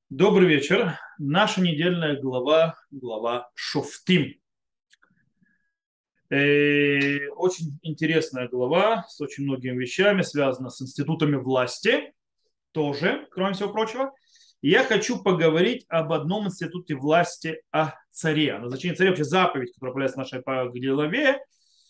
Добрый вечер. Наша недельная глава Шофтим. Очень интересная глава с очень многими вещами, связана с институтами власти, тоже, кроме всего прочего. И я хочу поговорить об одном институте власти, о царе. О назначении царя, вообще заповедь, которая появляется в нашей главе,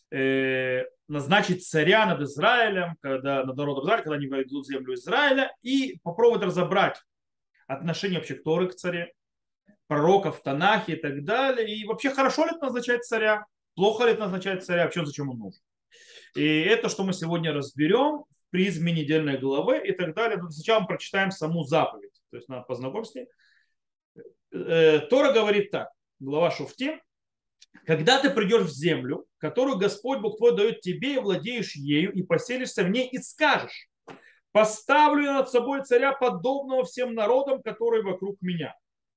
назначить царя над Израилем, когда над народом Израиля, когда они войдут в землю Израиля, и попробовать разобрать отношение вообще Торы к царе, пророков в Танахе и так далее. И вообще хорошо ли это назначать царя? Плохо ли это назначать царя? Вообще зачем он нужен? И это, что мы сегодня разберем в призме недельной главы и так далее. Но сначала мы прочитаем саму заповедь. То есть надо познакомиться с ней. Тора говорит так. Глава Шуфтим. Когда ты придешь в землю, которую Господь Бог твой дает тебе, и владеешь ею, и поселишься в ней, и скажешь: поставлю я над собой царя, подобного всем народам, которые вокруг меня,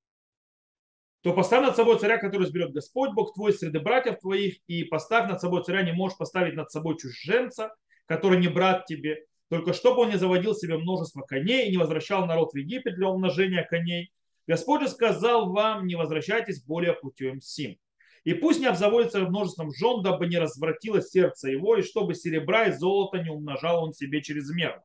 то поставь над собой царя, который изберет Господь Бог твой среди братьев твоих, и поставь над собой царя, не можешь поставить над собой чужеземца, который не брат тебе, только чтобы он не заводил себе множество коней и не возвращал народ в Египет для умножения коней. Господь же сказал вам: не возвращайтесь более путем сим. И пусть не обзаводится множеством жен, дабы не развратило сердце его, и чтобы серебра и золота не умножал он себе чрезмерно.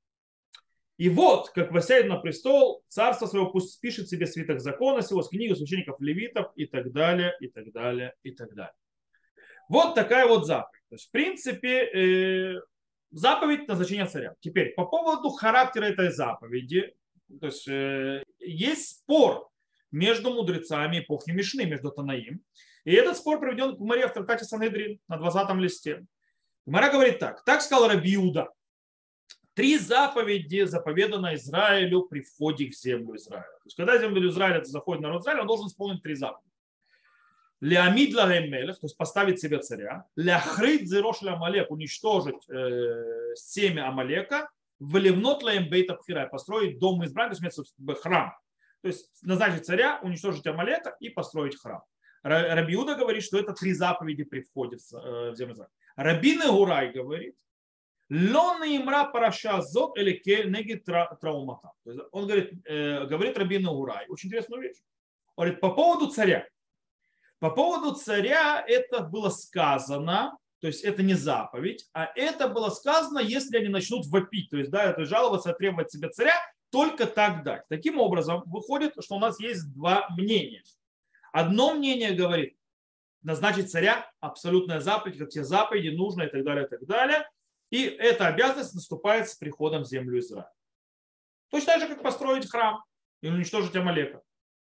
И вот, как воссядет на престол, царство своего пусть спишет себе свиток закона сего с книгой священников левитов и так далее, и так далее, и так далее. Вот такая вот заповедь. То есть, в принципе, заповедь назначения царя. Теперь, по поводу характера этой заповеди, то есть, есть спор между мудрецами эпохи Мишны, между Танаим. И этот спор приведен к Гемаре в трактате Санедрин на 20 листе. Гемара говорит так. Так сказал Раби Иуда: три заповеди заповедано Израилю при входе в землю Израиля. То есть, когда в землю Израиля заходит народ Израиля, он должен исполнить три заповеди. Леамид лагем мелех, то есть поставить себе царя. Ляхрит зерош Амалек, уничтожить семя Амалека. Вливнот лаем бейт абхира, построить дом избрания, то есть храм. То есть назначить царя, уничтожить Амалека и построить храм. Раби Иуда говорит, что это три заповеди при входе в землю Израиля. Рабин Гурай говорит: Лон имра параша зот или кель неги траумата. Он говорит, говорит Рабин Гурай очень интересную вещь. Он говорит, по поводу царя. По поводу царя это было сказано, то есть это не заповедь, а это было сказано, если они начнут вопить, то есть, да, это жаловаться, требовать себе царя, только так дать. Таким образом, выходит, что у нас есть два мнения. Одно мнение говорит: назначить царя абсолютная заповедь, как все заповеди нужно и так далее, и так далее. И эта обязанность наступает с приходом в землю Израиля. Точно так же, как построить храм и уничтожить Амалека.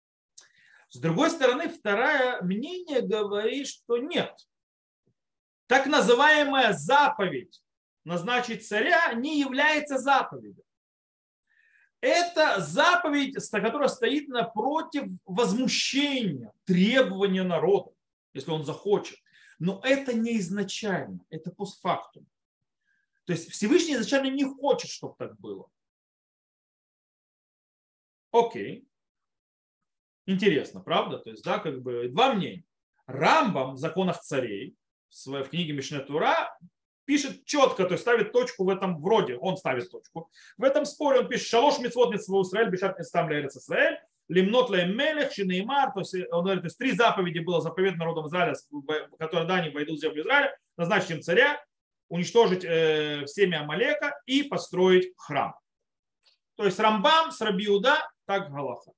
С другой стороны, второе мнение говорит, что нет. Так называемая заповедь назначить царя не является заповедью. Это заповедь, которая стоит напротив возмущения, требования народа, если он захочет. Но это не изначально, это постфактум. То есть Всевышний изначально не хочет, чтобы так было. Окей. Интересно, правда? То есть, да, как бы два мнения. Рамбам в законах царей в книге Мишне Тура пишет четко, то есть ставит точку в этом, вроде он ставит точку. В этом споре он пишет: шалош митцвот митцвот Исраэль, бешат мистам леэрец Исраэль, лимнот лаэм мелех, шинеймар. То есть он говорит, то есть три заповеди было заповедано народом Израиля, которые да, они войдут в землю Израиля: назначить им царя, уничтожить семя Амалека и построить храм. То есть Рамбам с Раби Иуда так галаха.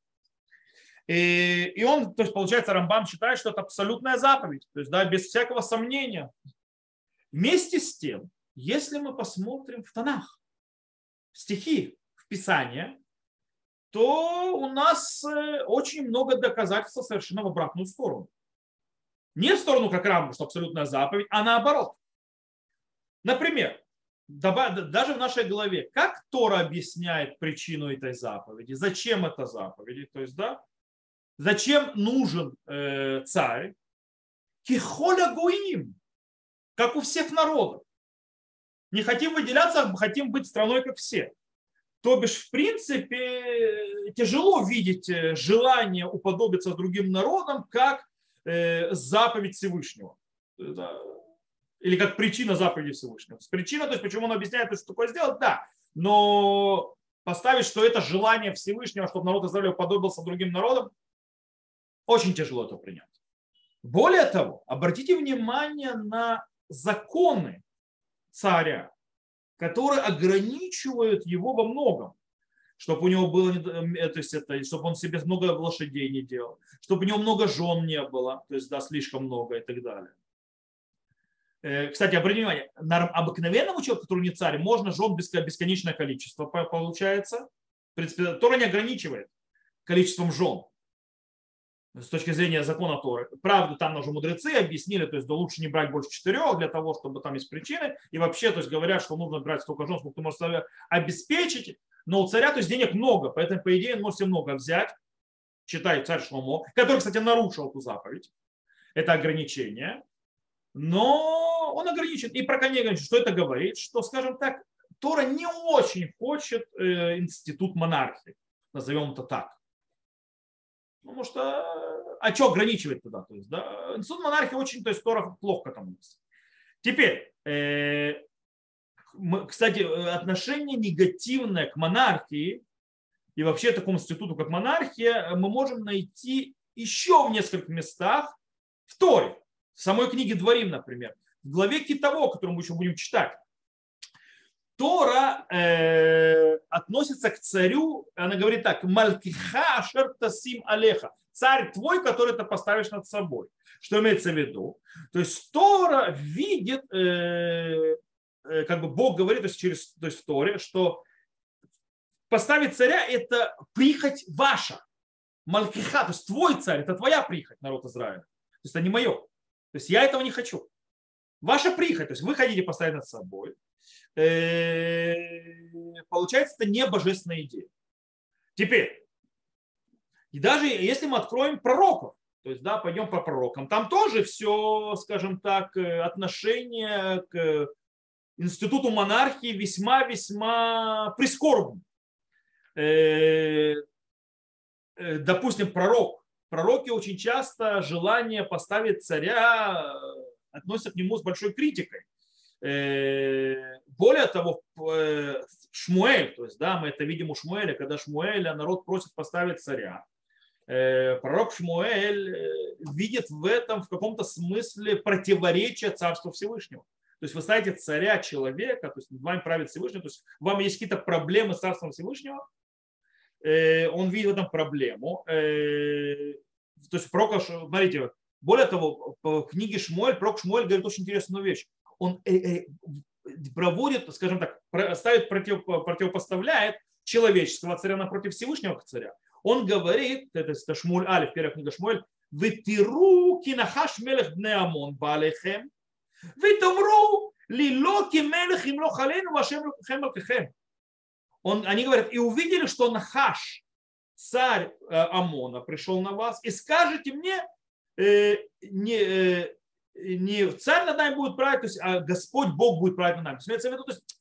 И он, то есть получается, Рамбам считает, что это абсолютная заповедь, то есть да, без всякого сомнения. Вместе с тем, если мы посмотрим в Танах, в стихи, в Писание, то у нас очень много доказательств совершенно в обратную сторону. Не в сторону, как Рамбам, что абсолютная заповедь, а наоборот. Например, даже в нашей голове, как Тора объясняет причину этой заповеди, зачем это заповеди, то есть, да, зачем нужен царь, кихоля гуим, как у всех народов. Не хотим выделяться, а хотим быть страной, как все. То бишь, в принципе, тяжело видеть желание уподобиться другим народам как заповедь Всевышнего. Или как причина заповеди Всевышнего. Причина, то есть почему он объясняет, что такое сделать, да. Но поставить, что это желание Всевышнего, чтобы народ Израиля уподобился другим народам, очень тяжело это принять. Более того, обратите внимание на законы царя, которые ограничивают его во многом. Чтобы у него было, то есть это, чтобы он себе много лошадей не делал, чтобы у него много жен не было, то есть да, слишком много и так далее. Кстати, обратите внимание, обыкновенному человеку, который не царь, можно жен бесконечное количество получается. В принципе, Тора не ограничивает количеством жен с точки зрения закона Торы. Правда, там уже мудрецы объяснили, то есть да, лучше не брать больше 4 для того, чтобы там есть причины. И вообще, то есть говорят, что нужно брать столько жен, сколько ты можешь обеспечить. Но у царя, то есть денег много, поэтому, по идее, он может себе много взять. Читает царь Шломо, который, кстати, нарушил эту заповедь. Это ограничение. Но он ограничен. И про коней ограничен. Что это говорит? Что, скажем так, Тора не очень хочет институт монархии. Назовем это так. Потому что, а что ограничивать тогда? То есть, да, институт монархии очень, то есть Тора плохо к этому. Теперь, кстати, отношение негативное к монархии и вообще такому институту, как монархия, мы можем найти еще в нескольких местах в Торе. В самой книге Дворим, например. В главе Китово, которую мы еще будем читать. Тора относится к царю, она говорит так: «Малькиха ашер тасим алеха». Царь твой, который ты поставишь над собой. Что имеется в виду? То есть Тора видит, как бы Бог говорит, то есть в Торе, что поставить царя – это прихоть ваша. Малькиха, то есть твой царь, это твоя прихоть, народ Израиля. То есть это не мое. То есть я этого не хочу. Ваша прихоть, то есть вы хотите поставить над собой. Получается, это не божественная идея. Теперь, и даже если мы откроем пророков, то есть, да, пойдем по пророкам, там тоже все, скажем так, отношение к институту монархии весьма-весьма прискорбно. Допустим, пророки очень часто желание поставить царя относятся к нему с большой критикой. Более того, Шмуэль, то есть, да, мы это видим у Шмуэля, когда Шмуэля народ просит поставить царя. Пророк Шмуэль видит в этом в каком-то смысле противоречие Царству Всевышнего. То есть вы ставите царя человека, то есть над вами правит Всевышний, то есть вам есть какие-то проблемы с Царством Всевышнего, он видит в этом проблему. То есть пророк, смотрите, более того, в книге Шмуэль, пророк Шмуэль говорит очень интересную вещь. Он проводит, скажем так, противопоставляет человеческого царя напротив Всевышнего царя. Он говорит, это Шмуэль Алиф, первая книга Шмуэль, «Витиру кинахаш мелех бне Амон балехем, витомру лило кимелех имло халейну вашем лукахем алкахем». Они говорят, и увидели, что Нахаш, царь Амона, пришел на вас, и скажете мне, не царь над нами будет править, то есть, а Господь Бог будет править над нами. То есть,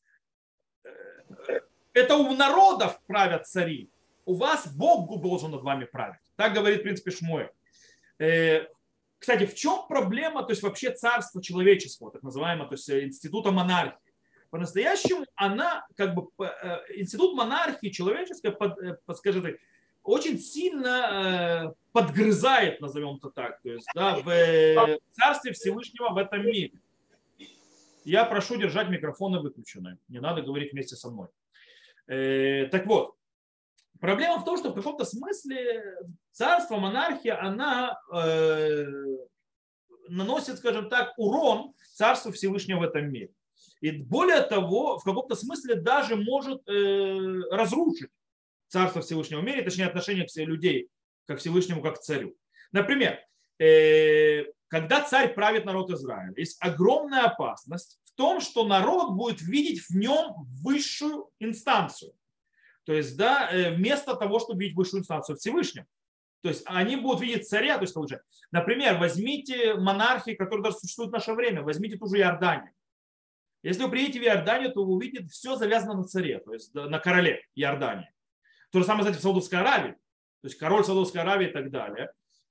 это у народов правят цари. У вас Бог должен над вами править. Так говорит, в принципе, Шмуэль. Кстати, в чем проблема, то есть вообще царства человеческого, так называемого, то есть института монархии? По-настоящему она, как бы, институт монархии человеческой, скажем так, очень сильно подгрызает, назовем это так, то есть, да, в царстве Всевышнего в этом мире. Я прошу держать микрофоны выключенные, не надо говорить вместе со мной. Так вот, проблема в том, что в каком-то смысле царство, монархия, она наносит, скажем так, урон царству Всевышнего в этом мире. И более того, в каком-то смысле даже может разрушить Царство Всевышнего в мире, точнее отношение к людей, как к Всевышнему, как к царю. Например, когда царь правит народ Израиля, есть огромная опасность в том, что народ будет видеть в нем высшую инстанцию. То есть, да, вместо того, чтобы видеть высшую инстанцию Всевышнего. То есть они будут видеть царя, то есть, например, возьмите монархии, которые даже существуют в наше время, возьмите ту же Иорданию. Если вы приедете в Иорданию, то вы увидите, все завязано на царе, то есть на короле Иордании. То же самое, кстати, в Саудовской Аравии. То есть король Саудовской Аравии и так далее.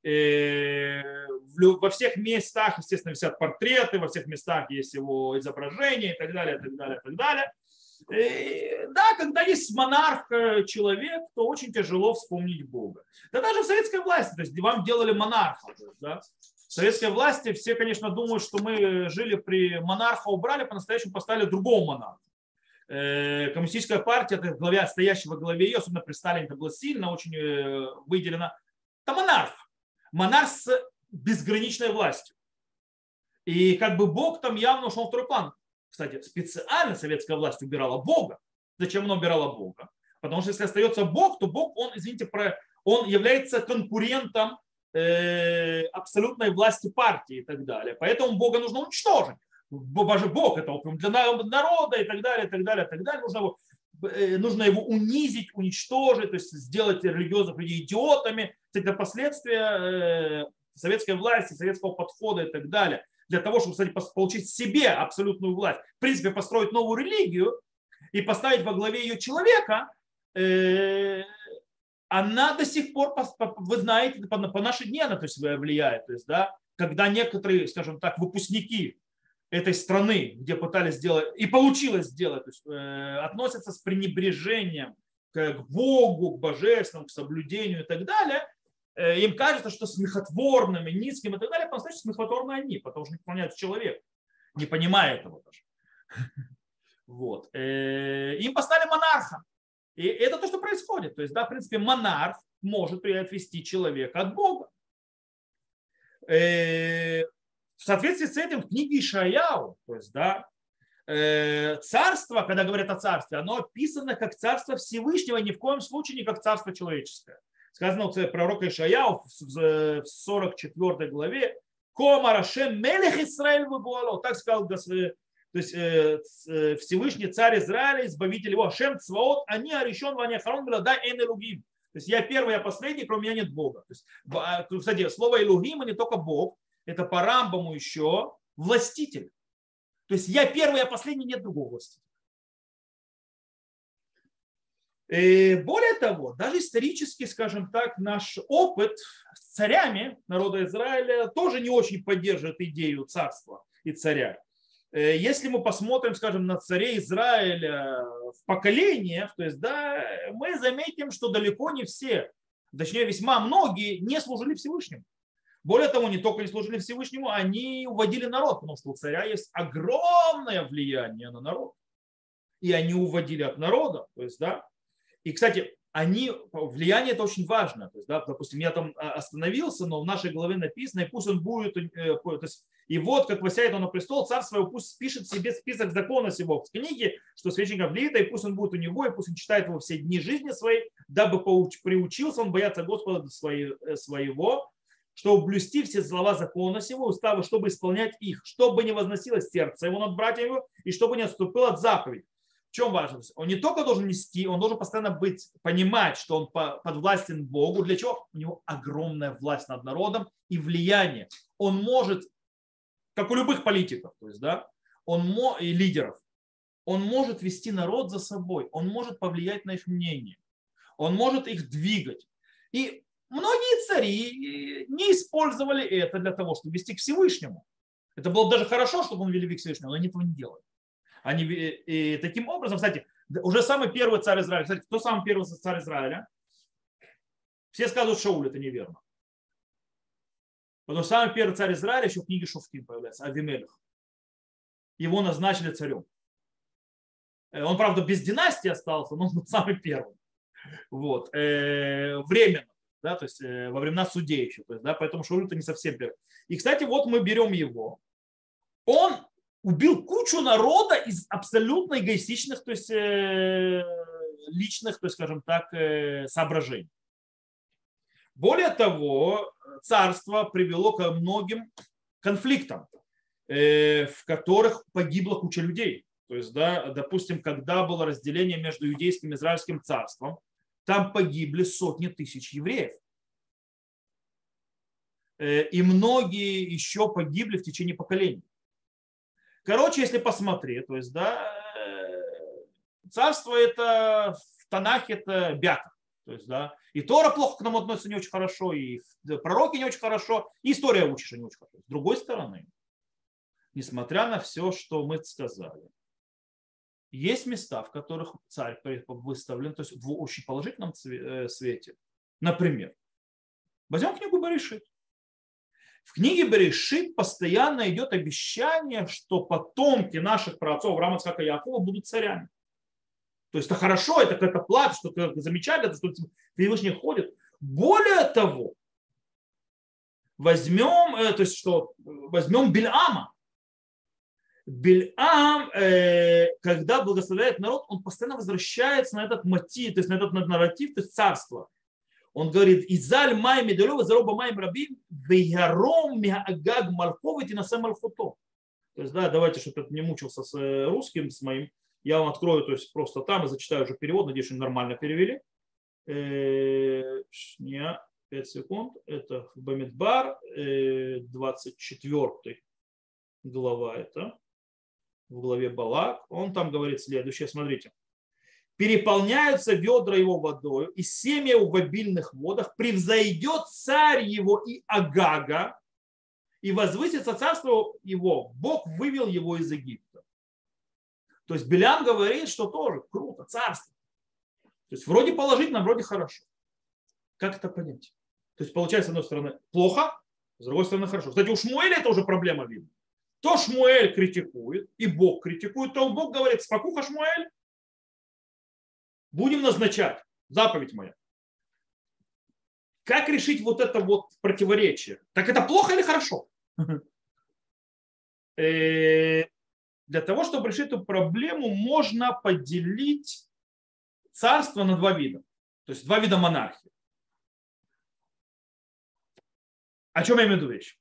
Во всех местах, естественно, висят портреты, во всех местах есть его изображения и так далее, и так далее, и так далее. Да, когда есть монарх, человек, то очень тяжело вспомнить Бога. Да даже в советской власти, то есть вам делали монарха. То есть, да, в советской власти все, конечно, думают, что мы жили при монарха, убрали, по-настоящему поставили другого монарха. Коммунистическая партия, это главе, стоящего главе ее, особенно при Сталине, это было сильно очень выделено. Это монарх. Монарх с безграничной властью. И как бы Бог там явно ушел в второй план. Кстати, специально советская власть убирала Бога. Зачем она убирала Бога? Потому что если остается Бог, то Бог, он, извините, он является конкурентом абсолютной власти партии и так далее. Поэтому Бога нужно уничтожить. Бог это опиум для народа и так далее, и так далее, и так далее. Нужно его унизить, уничтожить, то есть сделать религиозных людей идиотами. Это последствия советской власти, советского подхода и так далее. Для того, чтобы, кстати, получить себе абсолютную власть, в принципе, построить новую религию и поставить во главе ее человека, она до сих пор, вы знаете, по наши дни она, то есть, влияет. То есть, да, когда некоторые, скажем так, выпускники этой страны, где пытались сделать, и получилось сделать, то есть, относятся с пренебрежением к Богу, к божественному, к соблюдению и так далее, им кажется, что смехотворными, низким и так далее, по-настоящему смехотворны они, потому что не поклоняются человеку, не понимая этого даже. Вот. Им поставили монарха. И это то, что происходит. То есть, да, в принципе, монарх может отвести человека от Бога. В соответствии с этим в книге Ишаяу, то есть, да, царство, когда говорят о царстве, оно описано как царство Всевышнего, ни в коем случае не как царство человеческое. Сказано у пророка Ишаяу в 44 главе: «Кома Рашем мелех Исраэль выбуало». Так сказал, то есть Всевышний царь Израиля, избавитель его, Ашем Цваот, они орещен ваня харон да эн элугим. То есть я первый, я последний, кроме меня нет Бога. То есть, кстати, слово элугим не только Бог, это по Рамбаму еще властитель. То есть я первый, я последний, нет другого властителя. И более того, даже исторически, скажем так, наш опыт с царями народа Израиля тоже не очень поддерживает идею царства и царя. Если мы посмотрим, скажем, на царей Израиля в поколениях, то есть, да, мы заметим, что далеко не все, точнее весьма многие не служили Всевышнему. Более того, не только не служили Всевышнему, они уводили народ, потому что у царя есть огромное влияние на народ. И они уводили от народа, то есть, да. И, кстати, влияние это очень важно. То есть, да, допустим, я там остановился, но в нашей главе написано, и пусть он будет, то есть, и вот, как восяет он на престол, царь своего пусть пишет себе список закона сего в книге, что священников Левита, и пусть он будет у него, и пусть он читает его все дни жизни своей, дабы приучился он бояться Господа своего, чтобы блюсти все слова закона сего, уставы, чтобы исполнять их, чтобы не возносилось сердце его над братьями его, и чтобы не отступил от заповедей. В чем важность? Он не только должен нести, он должен постоянно понимать, что он подвластен Богу. Для чего? У него огромная власть над народом и влияние. Он может, как у любых политиков, то есть, да, и лидеров, он может вести народ за собой, он может повлиять на их мнение, он может их двигать. И многие цари не использовали это для того, чтобы вести к Всевышнему. Это было бы даже хорошо, чтобы он вели к Всевышнему, но они этого не делали. И таким образом, кстати, уже самый первый царь Израиля, кстати, кто самый первый царь Израиля? Все сказывают, Шауль, это неверно. Потому что самый первый царь Израиля еще в книге Шуфтим появляется, Авимелех. Его назначили царем. Он, правда, без династии остался, но он был самый первый. Вот. Временно. Да, то есть во времена судей еще. То есть, да, поэтому Шауль это не совсем первый. И, кстати, вот мы берем его. Он убил кучу народа из абсолютно эгоистичных, то есть личных, то есть, скажем так, соображений. Более того, царство привело ко многим конфликтам, в которых погибла куча людей. То есть, да, допустим, когда было разделение между иудейским и израильским царством, там погибли сотни тысяч евреев. И многие еще погибли в течение поколений. Короче, если посмотреть, то есть, да, царство это в Танахе это бяка. То есть, да, и Тора плохо к нам относится не очень хорошо, и пророки не очень хорошо, и история учишь не очень хорошо. С другой стороны, несмотря на все, что мы сказали, Есть места, в которых царь выставлен, то есть в очень положительном свете. Например, возьмем книгу Берешит. В книге Берешит постоянно идет обещание, что потомки наших праотцов Авраама, Ицхака и Якова будут царями. То есть это хорошо, это какая-то плата, что это замечательно, что Всевышний ходит. Более того, возьмем, то есть что, возьмем Бильама. Бильам, когда благословляет народ, он постоянно возвращается на этот мотив, то есть на этот нарратив, то есть царство. Он говорит, «Изаль май медалева зароба май рабим, веяром миагаг мальховит и насем мальхуто». То есть, да, давайте, чтобы это не мучился с русским, с моим, я вам открою, то есть просто там и зачитаю уже перевод, надеюсь, что нормально перевели. 5 секунд, это Бамидбар, 24 глава это, в главе Балак. Он там говорит следующее, смотрите. Переполняются ведра его водою, и семя его в обильных водах, превзойдет царь его и Агага, и возвысится царство его. Бог вывел его из Египта. То есть Билян говорит, что тоже круто, царство. То есть вроде положительно, вроде хорошо. Как это понять? То есть получается, с одной стороны, плохо, с другой стороны, хорошо. Кстати, у Шмуэля это уже проблема видна. То Шмуэль критикует, и Бог критикует, то Бог говорит, спокуха, Шмуэль, будем назначать, заповедь моя. Как решить вот это вот противоречие? Так это плохо или хорошо? Для того, чтобы решить эту проблему, можно поделить царство на два вида. То есть два вида монархии. О чем я имею в виду вещь?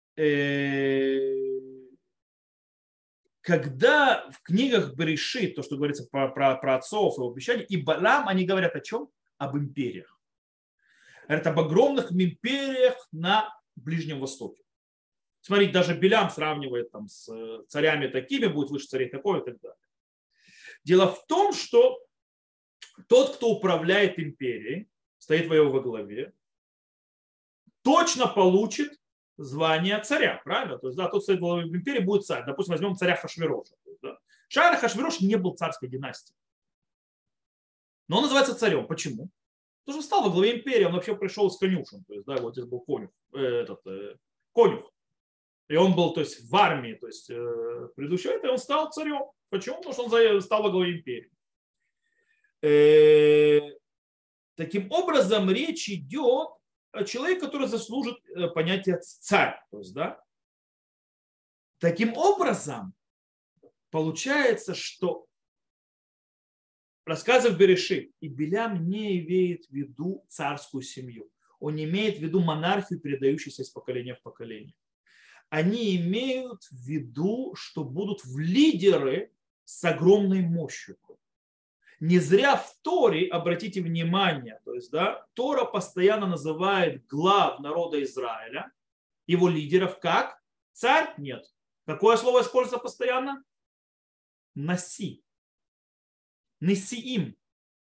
Когда в книгах Берешит, то, что говорится про отцов и обещания, и Балам, они говорят о чем? Об империях. Это об огромных империях на Ближнем Востоке. Смотрите, даже Билям сравнивает там с царями такими, будет выше царей такой и так далее. Дело в том, что тот, кто управляет империей, стоит во главе, точно получит звание царя, правильно? То есть, да, тот, кто стоит во главе империи, будет царь. Допустим, возьмем царя Хашвироша. Да. Хашвирош не был царской династией. Но он называется царем. Почему? Потому что он стал во главе империи, он вообще пришел из конюшен. То есть, да, его отец был конюх. И он был, то есть, в армии, то есть, предыдущего, и он стал царем. Почему? Потому что он стал во главе империи. Таким образом, речь идет о человеке, который заслужит понятие царь. То есть, да? Таким образом, получается, что рассказывает Берешит, и Билям не имеет в виду царскую семью. Он не имеет в виду монархию, передающуюся из поколения в поколение. Они имеют в виду, что будут в лидеры с огромной мощью. Не зря в Торе, обратите внимание, то есть, да, Тора постоянно называет глав народа Израиля, его лидеров, как царь? Нет. Какое слово используется постоянно? Наси. Несиим.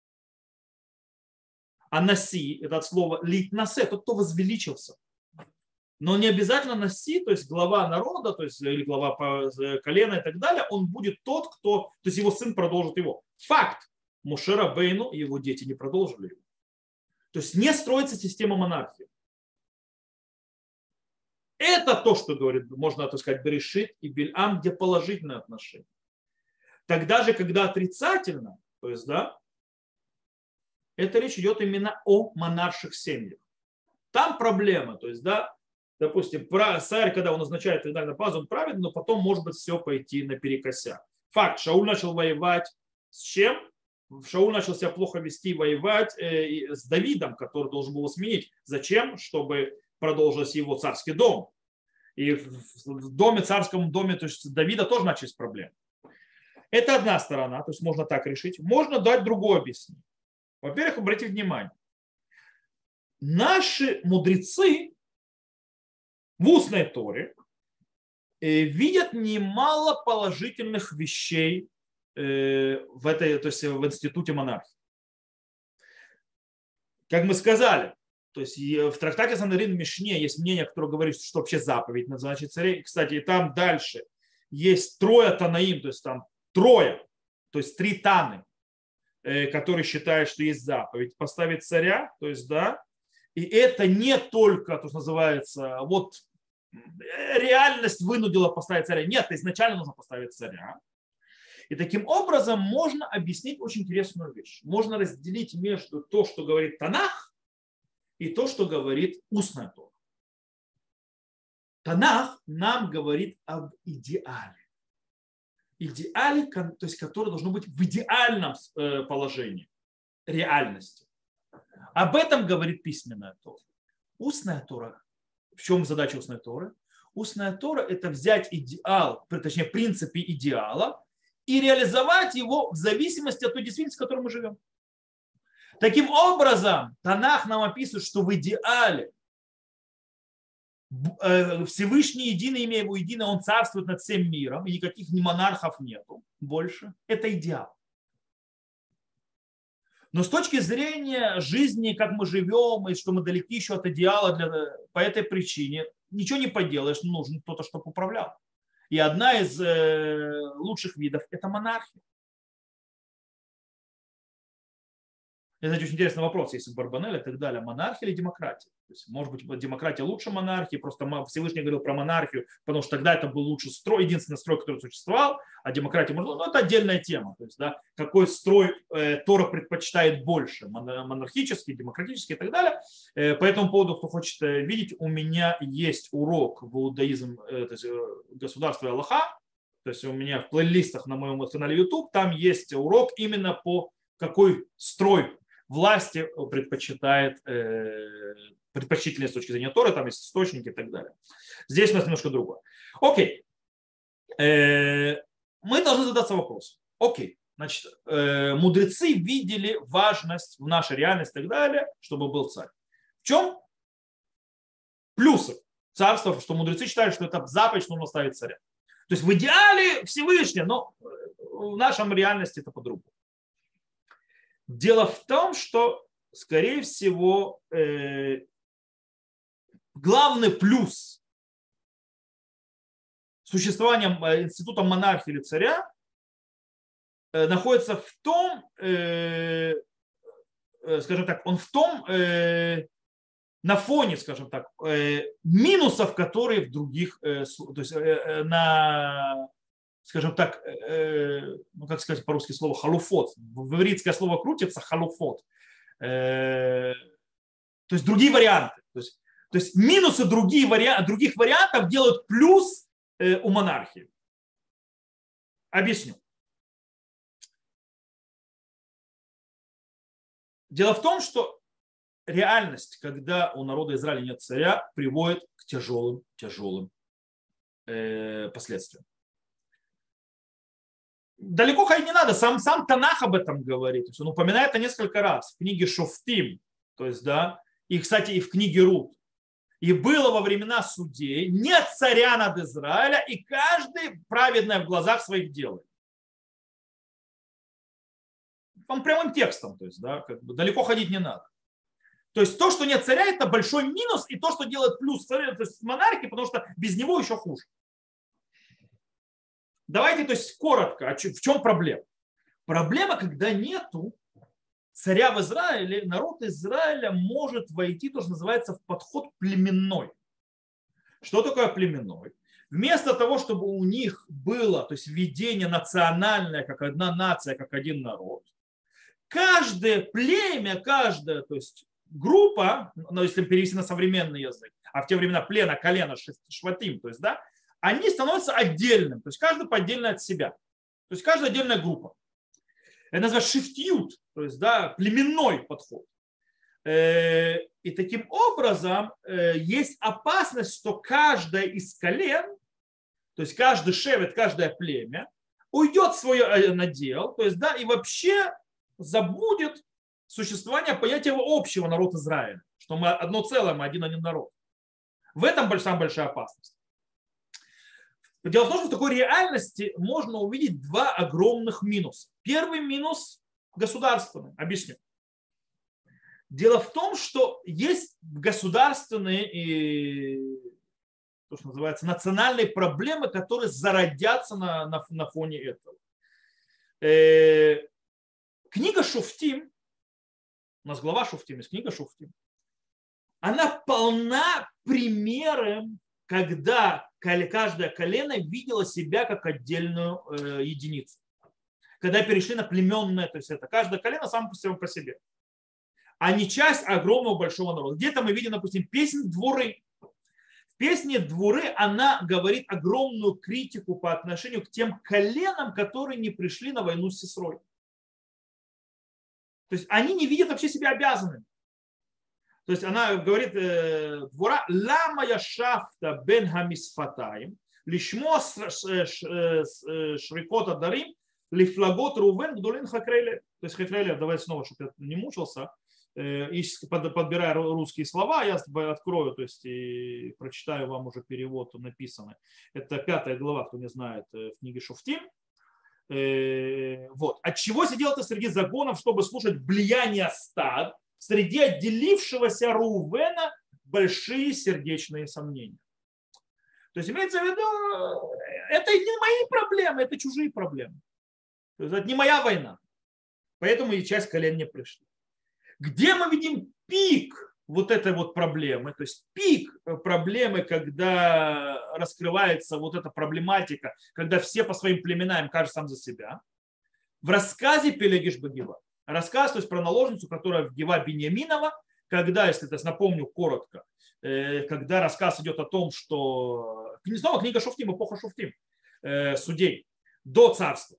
А наси, это от слова литнасе, тот, кто возвеличился. Но не обязательно наси, то есть глава народа, то есть или глава колена и так далее, он будет тот, кто, то есть его сын продолжит его. Факт. Моше Рабейну и его дети не продолжили его. То есть не строится система монархии. Это то, что говорит, можно так сказать, Берешит и Бильам, где положительное отношение. Тогда же, когда отрицательно, то есть, да, это речь идет именно о монарших семьях. Там проблема, то есть, да, допустим, царь, когда он назначает финальную базу, он праведный, но потом может быть все пойти наперекосяк. Факт, Шауль начал воевать с чем? Шауль начал себя плохо вести, воевать с Давидом, который должен был его сменить. Зачем? Чтобы продолжился его царский дом. И в доме, царском доме, то есть Давида тоже начались проблемы. Это одна сторона, то есть можно так решить. Можно дать другое объяснение. Во-первых, обратите внимание. Наши мудрецы в устной Торе видят немало положительных вещей в этой, то есть в институте монархии. Как мы сказали, то есть в трактате Санедрин Мишне есть мнение, которое говорит, что вообще заповедь назначить царей. Кстати, и там дальше есть трое Танаим, то есть там трое. то есть 3 Таны, которые считают, что есть заповедь поставить царя, то есть, да, и это не только, то, что называется, вот реальность вынудила поставить царя. Нет, изначально нужно поставить царя. И таким образом можно объяснить очень интересную вещь. Можно разделить между то, что говорит Танах, и то, что говорит устная Тора. Танах нам говорит об идеале. Идеале, то есть, который должно быть в идеальном положении, реальности. Об этом говорит письменная Тора. Устная Тора. В чем задача устной Торы? Устная Тора – это взять идеал, точнее, принципы идеала и реализовать его в зависимости от той действительности, в которой мы живем. Таким образом, Танах нам описывает, что в идеале Всевышний единый, имея его единый, он царствует над всем миром, и никаких ни монархов нету больше. Это идеал. Но с точки зрения жизни, как мы живем, и что мы далеки еще от идеала, по этой причине ничего не поделаешь, нужен кто-то, чтобы управлял. И одна из лучших видов – это монархия. Это очень интересный вопрос, если Барбанель и так далее, монархия или демократия. То есть, может быть, демократия лучше монархии, просто Всевышний говорил про монархию, потому что тогда это был лучший строй, единственный строй, который существовал, а демократия, ну, это отдельная тема. То есть, да, какой строй Тора предпочитает больше, монархический, демократический и так далее. По этому поводу, кто хочет видеть, у меня есть урок в иудаизм, то есть, государство и Аллаха, то есть у меня в плейлистах на моем канале YouTube, там есть урок именно по какой строй власти предпочитает, предпочтительнее с точки зрения Торы, там есть источники и так далее. Здесь у нас немножко другое. Окей. Мы должны задаться вопросом. Окей. Значит, мудрецы видели важность в нашей реальности и так далее, чтобы был царь. В чем плюсы царства, что мудрецы считают, что это заповедь, что нужно ставить царя. То есть в идеале Всевышний, но в нашем реальности это по-другому. Дело в том, что, скорее всего, главный плюс существования института монархии или царя находится в том, скажем так, он в том, на фоне, скажем так, минусов, которые в других, то есть на, скажем так, ну как сказать по-русски слово халуфот, в ивритское слово крутится халуфот, то есть другие варианты, то есть минусы других вариантов делают плюс у монархии. Объясню. Дело в том, что реальность, когда у народа Израиля нет царя, приводит к тяжелым последствиям. Далеко ходить не надо, сам Танах об этом говорит. Он упоминает это несколько раз в книге Шофтим, то есть, да, и, кстати, и в книге Рут. И было во времена судей нет царя над Израиля, и каждый праведное в глазах своих делает. Он прямым текстом, то есть, да, как бы далеко ходить не надо. То есть то, что нет царя, это большой минус, и то, что делает плюс царя, то есть монархии, потому что без него еще хуже. Давайте, то есть коротко, в чем проблема? Проблема, когда нету царя в Израиле, народ Израиля может войти, то, что называется, в подход племенной. Что такое племенной? Вместо того, чтобы у них было, то есть видение национальное, как одна нация, как один народ, каждое племя, каждая, то есть группа, ну, если перевести на современный язык, а в те времена плена, колено, шватим, то есть, да, они становятся отдельным, то есть каждый по отдельно от себя. То есть каждая отдельная группа. Это называется шифтют, то есть, да, племенной подход. И таким образом есть опасность, что каждое из колен, то есть каждый шевет, каждое племя уйдет в свой надел, то есть, да, и вообще забудет существование понятия общего народа Израиля, что мы одно целое, мы один народ. В этом самая большая опасность. Дело в том, что в такой реальности можно увидеть два огромных минуса. Первый минус государственный. Объясню. Дело в том, что есть государственные и, то, что называется, национальные проблемы, которые зародятся на фоне этого. Книга Шуфтим, у нас глава Шуфтим, есть книга Шуфтим, она полна примером, когда каждое колено видело себя как отдельную единицу. Когда перешли на племенное, то есть это каждое колено само по себе, а не часть огромного большого народа. Где-то мы видим, допустим, песнь Дворы. В песне Дворы она говорит огромную критику по отношению к тем коленам, которые не пришли на войну с сестрой. То есть они не видят вообще себя обязанными. То есть она говорит, Двора, лама яшафта бен хамисфатаим, лишмо шрикота дарим, лифлагот рувен гдулин хакрейле. То есть хакрейле, давайте снова, чтобы я не мучился, подбирая русские слова, я открою, то есть и прочитаю вам уже перевод написанный. Это 5 глава, кто не знает, в книге Шуфтим. Вот. От чего сидел ты среди загонов, чтобы слушать влияние стад, среди отделившегося Рувена большие сердечные сомнения. То есть имеется в виду, это не мои проблемы, это чужие проблемы. То есть это не моя война. Поэтому и часть колен не пришли. Где мы видим пик вот этой вот проблемы, то есть пик проблемы, когда раскрывается вот эта проблематика, когда все по своим племенам каждый сам за себя, в рассказе Пелегиш Багива. Рассказ, то есть про наложницу, которая в Гева Биньяминова, когда, если то напомню коротко, когда рассказ идет о том, что снова книга Шуфтим, эпоха Шуфтим, судей, до царства,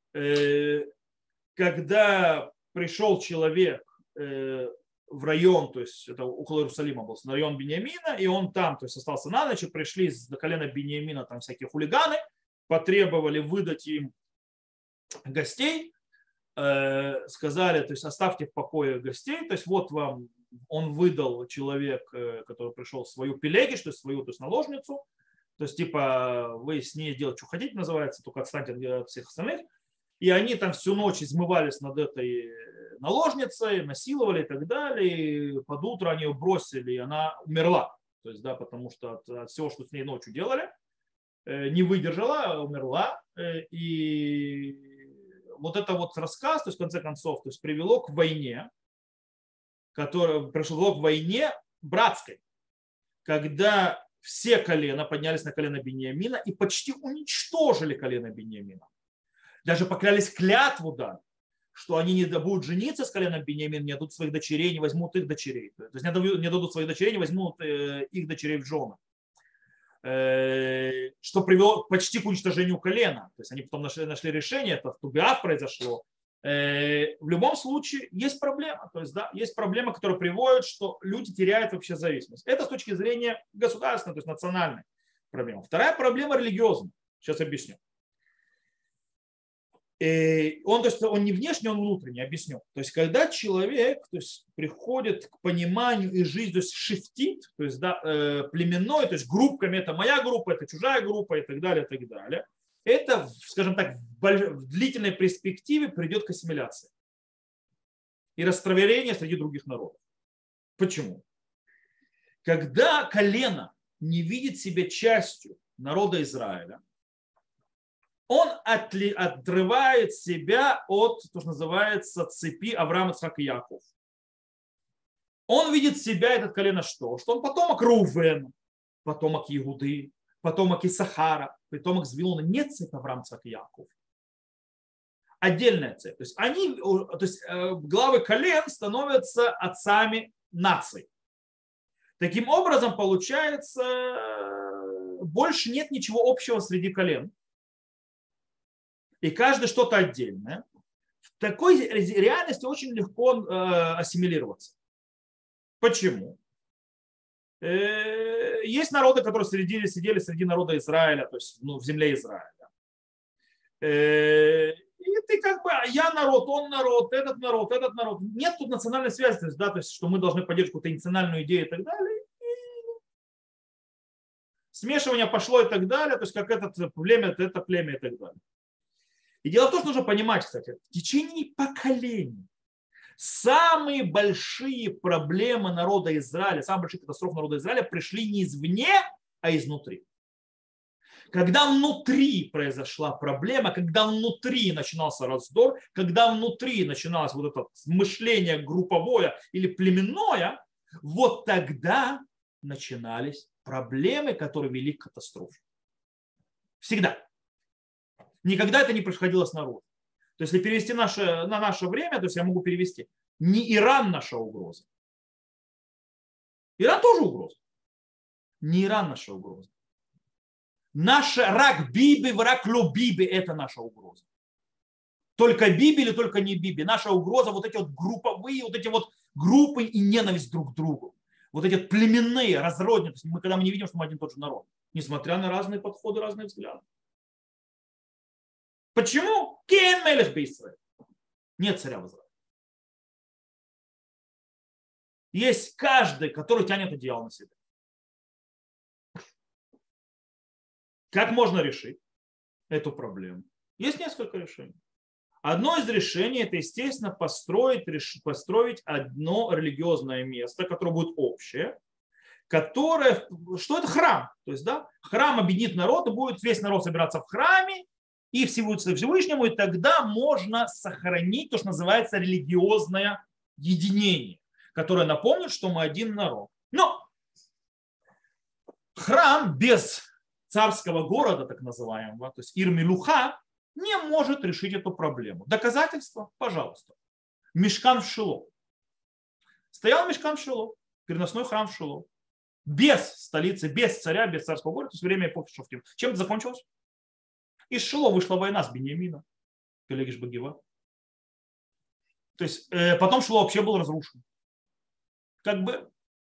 когда пришел человек в район, то есть это около Иерусалима был, на район Биньямина, и он там, то есть остался на ночь, и пришли с колена Биньямина там всякие хулиганы, потребовали выдать им гостей, сказали, то есть оставьте в покое гостей, то есть вот вам, он выдал человек, который пришел свою пелегиш, то есть свою, то есть наложницу, то есть типа вы с ней делать, что хотите, называется, только отстаньте от всех остальных. И они там всю ночь измывались над этой наложницей, насиловали и так далее. И под утро они ее бросили, и она умерла. То есть, да, потому что от всего, что с ней ночью делали, не выдержала, умерла. И вот это вот рассказ, то есть в конце концов, то есть привело к войне, пришло к войне братской, когда все колена поднялись на колено Биньямина и почти уничтожили колено Биньямина. Даже поклялись клятву дать, что они не будут жениться с коленом Биньямина, не дадут своих дочерей, не возьмут их дочерей. То есть не дадут своих дочерей, не возьмут их дочерей в жены. Что привело почти к уничтожению колена. То есть они потом нашли решение, это в Тубиав произошло. В любом случае есть проблема. То есть, да, есть проблема, которая приводит, что люди теряют вообще зависимость. Это с точки зрения государственной, то есть национальной проблемы. Вторая проблема религиозная. Сейчас объясню. Он, то есть, он не внешний, он внутренний, объясню. То есть, когда человек, то есть, приходит к пониманию и жизнь, то есть шифтит, то есть, да, племенной, то есть группками, это моя группа, это чужая группа и так далее, это, скажем так, в длительной перспективе придет к ассимиляции и растворению среди других народов. Почему? Когда колено не видит себя частью народа Израиля, он отрывает себя от, то, что называется, цепи Авраама, Ицхака и Якова. Он видит себя, этот колено, что? Что он потомок Рувена, потомок Иуды, потомок Исахара, потомок Звилона. Нет цепи Авраама, Ицхака и Якова. Отдельная цепь. То есть, главы колен становятся отцами наций. Таким образом, получается, больше нет ничего общего среди колен. И каждый что-то отдельное. В такой реальности очень легко ассимилироваться. Почему? Есть народы, которые сидели среди народа Израиля, то есть в земле Израиля. И ты как бы, я народ, он народ, этот народ, этот народ. Нет тут национальной связи, то есть что мы должны поддерживать какую-то национальную идею и так далее. И смешивание пошло и так далее, то есть как это племя и так далее. И дело в том, что нужно понимать, кстати, в течение поколений самые большие проблемы народа Израиля, самые большие катастрофы народа Израиля пришли не извне, а изнутри. Когда внутри произошла проблема, когда внутри начинался раздор, когда внутри начиналось вот это мышление групповое или племенное, вот тогда начинались проблемы, которые вели к катастрофе. Всегда. Никогда это не происходило снаружи. То есть, если перевести на наше время, то есть я могу перевести, не Иран наша угроза. Иран тоже угроза. Не Иран наша угроза. Наш рак Биби, враг Ло Биби – это наша угроза. Только Биби или только не Биби. Наша угроза вот эти вот групповые, вот эти вот группы и ненависть друг к другу. Вот эти вот племенные, разродные. Мы когда мы не видим, что мы один и тот же народ. Несмотря на разные подходы, разные взгляды. Почему? Кен Мелех Бейсраэль. Нет царя в Израиле. Есть каждый, который тянет одеяло на себя. Как можно решить эту проблему? Есть несколько решений. Одно из решений – это, естественно, построить одно религиозное место, которое будет общее, которое, что это храм. То есть, да, храм объединит народ, и будет весь народ собираться в храме, и Всевышнему, и тогда можно сохранить то, что называется религиозное единение, которое напомнит, что мы один народ. Но храм без царского города, так называемого, то есть Ир-Мелуха, не может решить эту проблему. Доказательства? Пожалуйста. Мишкан в Шило. Стоял Мишкан в Шило, переносной храм в Шило. Без столицы, без царя, без царского города, то есть время эпохи Шофтим. Чем это закончилось? Из Шило вышла война с Беньямином, Пелегиш Багива. То есть потом Шило вообще был разрушен. Как бы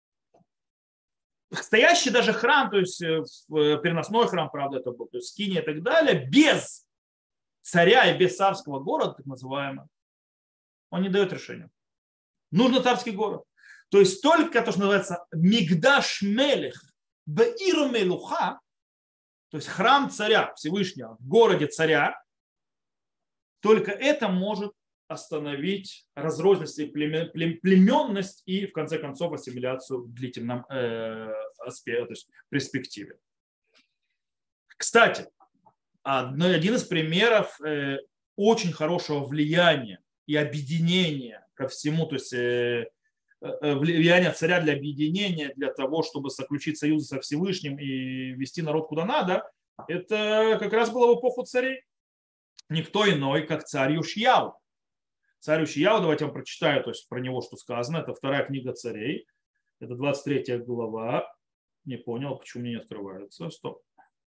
стоящий даже храм, то есть переносной храм, правда, это был, то есть скиния и так далее, без царя и без царского города, так называемого, он не дает решения. Нужно царский город. То есть только то, что называется Мигдаш Мелех Беир Мелуха, то есть храм царя Всевышнего в городе царя, только это может остановить разрозненность и племенность и, в конце концов, ассимиляцию в длительном аспекте, то есть перспективе. Кстати, один из примеров очень хорошего влияния и объединения ко всему, то есть влияние царя для объединения, для того, чтобы заключить союзы со Всевышним и вести народ куда надо, это как раз было в эпоху царей. Никто иной, как царь Йошияу. Царь Йошияу, давайте я вам прочитаю, то есть про него что сказано. Это вторая книга царей. Это 23 глава. Не понял, почему мне не открывается. Стоп.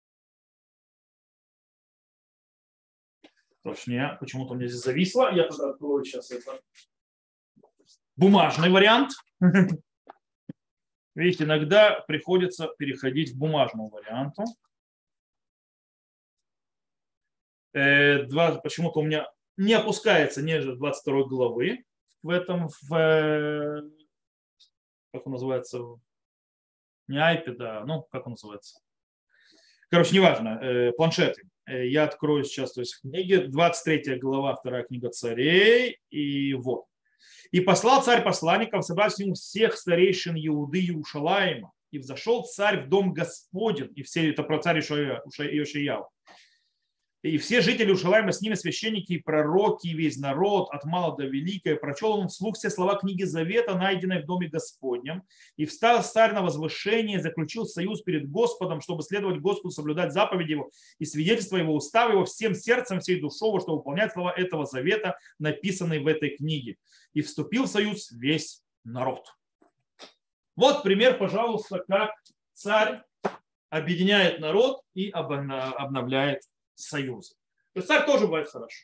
Точнее, почему-то у меня здесь зависло. Я тогда открою сейчас это. Бумажный вариант. Видите, иногда приходится переходить к бумажному варианту. Почему-то у меня не опускается ниже 22 главы в этом, как он называется, не iPad, а, ну, как он называется. Короче, неважно, планшеты. Я открою сейчас, то есть в книге, 23 глава, 2 книга царей, и вот. «И послал царь посланников, собрать с ним всех старейшин Иуды и Иерушалаима, и взошел царь в дом Господень», и все, это про царь Йошияу, «и все жители Иерушалаима с ними, священники и пророки, и весь народ, от мала до велика, и прочел он вслух все слова книги Завета, найденной в доме Господнем, и встал царь на возвышение, заключил союз перед Господом, чтобы следовать Господу, соблюдать заповеди его и свидетельства его, устав его всем сердцем, всей душой, чтобы выполнять слова этого завета, написанные в этой книге. И вступил в союз весь народ». Вот пример, пожалуйста, как царь объединяет народ и обновляет союзы. То есть царь тоже бывает хорошо.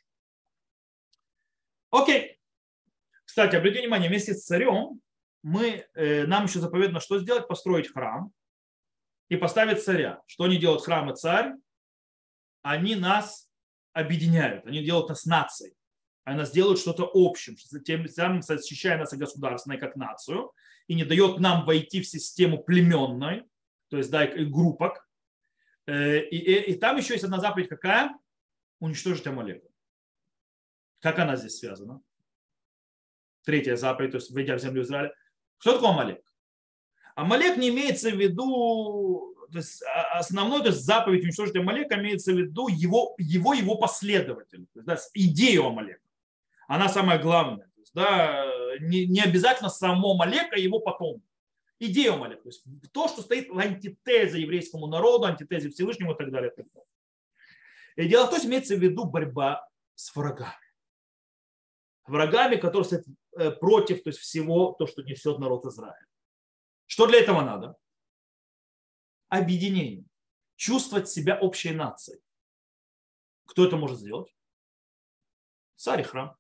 Окей. Кстати, обратите внимание, вместе с царем нам еще заповедано что сделать? Построить храм и поставить царя. Что они делают, храм и царь? Они нас объединяют, они делают нас нацией. Они нас делают что-то общим, тем самым защищая нас государственной как нацию и не дает нам войти в систему племенной, то есть да, группок. И там еще есть одна заповедь какая? Уничтожить Амалека. Как она здесь связана? Третья заповедь, то есть войдя в землю Израиля. Что такое Амалек? Амалек не имеется в виду то есть основной, то есть заповедь уничтожить Амалека имеется в виду его последователь, то есть, да, идею Амалека. Она самая главная. То есть, да, не обязательно само Амалека, а его потом. Идею Амалека. То есть то, что стоит в антитезе еврейскому народу, антитезе Всевышнему и так далее. И дело в том, что имеется в виду борьба с врагами. Врагами, которые стоят против, то есть всего то, что несет народ Израиля. Что для этого надо? Объединение. Чувствовать себя общей нацией. Кто это может сделать? Царь и храм.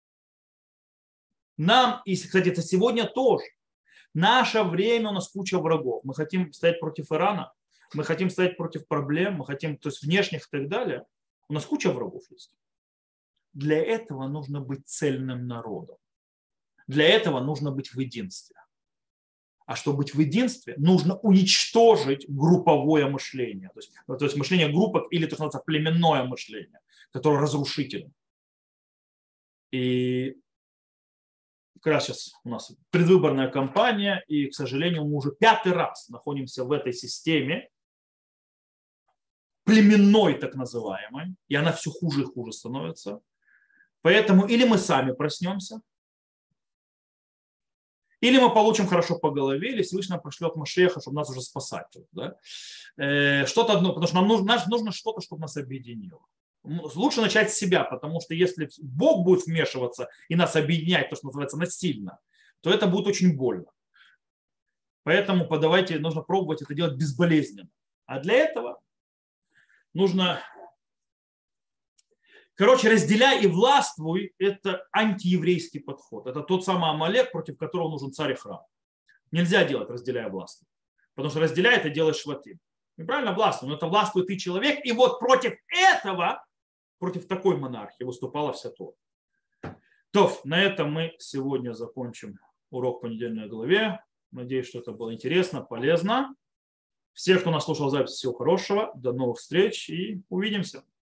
Нам, и, кстати, это сегодня тоже. Наше время, у нас куча врагов. Мы хотим стоять против Ирана, мы хотим стоять против проблем, мы хотим, то есть внешних и так далее. У нас куча врагов есть. Для этого нужно быть цельным народом. Для этого нужно быть в единстве. А чтобы быть в единстве, нужно уничтожить групповое мышление. То есть мышление группок или то, что называется племенное мышление, которое разрушительно. И как раз сейчас у нас предвыборная кампания, и, к сожалению, мы уже 5-й раз находимся в этой системе, племенной так называемой, и она все хуже и хуже становится. Поэтому или мы сами проснемся, или мы получим хорошо по голове, или Всевышний нам пришлет Машеха, чтобы нас уже спасать. Да? Что-то одно, потому что нам нужно что-то, чтобы нас объединило. Лучше начать с себя, потому что если Бог будет вмешиваться и нас объединять, то, что называется, насильно, то это будет очень больно. Поэтому давайте, нужно пробовать это делать безболезненно. А для этого нужно, разделяй и властвуй, это антиеврейский подход. Это тот самый Амалек, против которого нужен царь и храм. Нельзя делать разделяй и властвуй. Потому что разделяй, это делаешь шватим. Неправильно властвуй, но это властвует ты человек. И вот против этого, против такой монархии выступала вся Тора. То, на этом мы сегодня закончим урок по недельной главе. Надеюсь, что это было интересно, полезно. Всех, кто нас слушал запись, всего хорошего. До новых встреч и увидимся.